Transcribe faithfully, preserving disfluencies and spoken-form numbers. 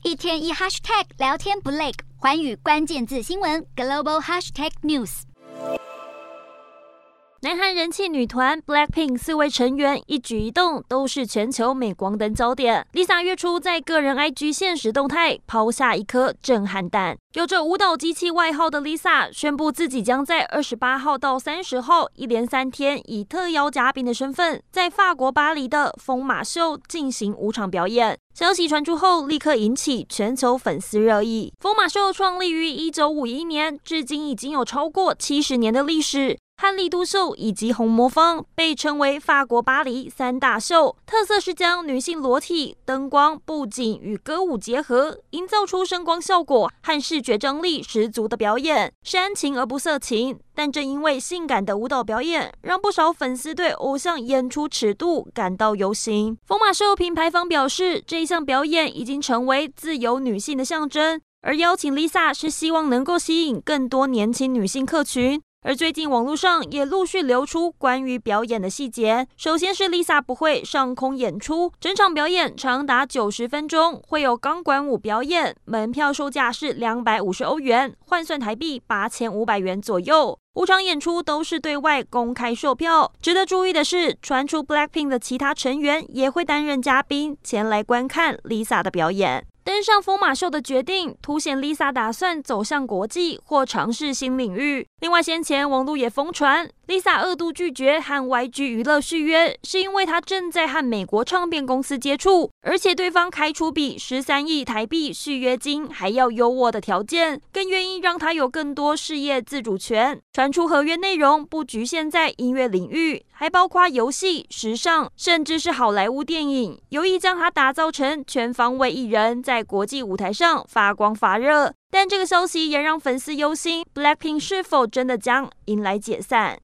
一天一 hashtag 聊天不累，寰宇关键字新闻 global hashtag news。 南韩人气女团 Blackpink 四位成员一举一动都是全球镁光灯焦点。Lisa 月初在个人 I G 限时动态抛下一颗震撼弹，有着舞蹈机器外号的 Lisa 宣布自己将在二十八号到三十号一连三天以特邀嘉宾的身份，在法国巴黎的疯马秀进行五场表演。消息传出后，立刻引起全球粉丝热议。疯马秀创立于一九五一年，至今已经有超过七十年的历史。和丽都秀以及红魔坊被称为法国巴黎三大秀，特色是将女性裸体、灯光、布景与歌舞结合，营造出声光效果和视觉张力十足的表演，煽情而不色情。但正因为性感的舞蹈表演，让不少粉丝对偶像演出尺度感到忧心。疯马秀品牌方表示，这一项表演已经成为自由女性的象征，而邀请 Lisa 是希望能够吸引更多年轻女性客群。而最近网络上也陆续流出关于表演的细节。首先是 Lisa 不会上空演出，整场表演长达九十分钟，会有钢管舞表演，门票售价是两百五十欧元，换算台币八千五百元左右。五场演出都是对外公开售票。值得注意的是，传出 Blackpink 的其他成员也会担任嘉宾前来观看 Lisa 的表演。登上疯马秀的决定，凸显 Lisa 打算走向国际或尝试新领域。另外，先前网络也疯传 Lisa 二度拒绝和 Y G 娱乐续约，是因为她正在和美国唱片公司接触，而且对方开出比十三亿台币续约金还要优渥的条件，更愿意让她有更多事业自主权。传出合约内容不局限在音乐领域，还包括游戏、时尚，甚至是好莱坞电影，有意将她打造成全方位艺人，在国际舞台上发光发热。但这个消息也让粉丝忧心 ，Blackpink 是否真的将迎来解散？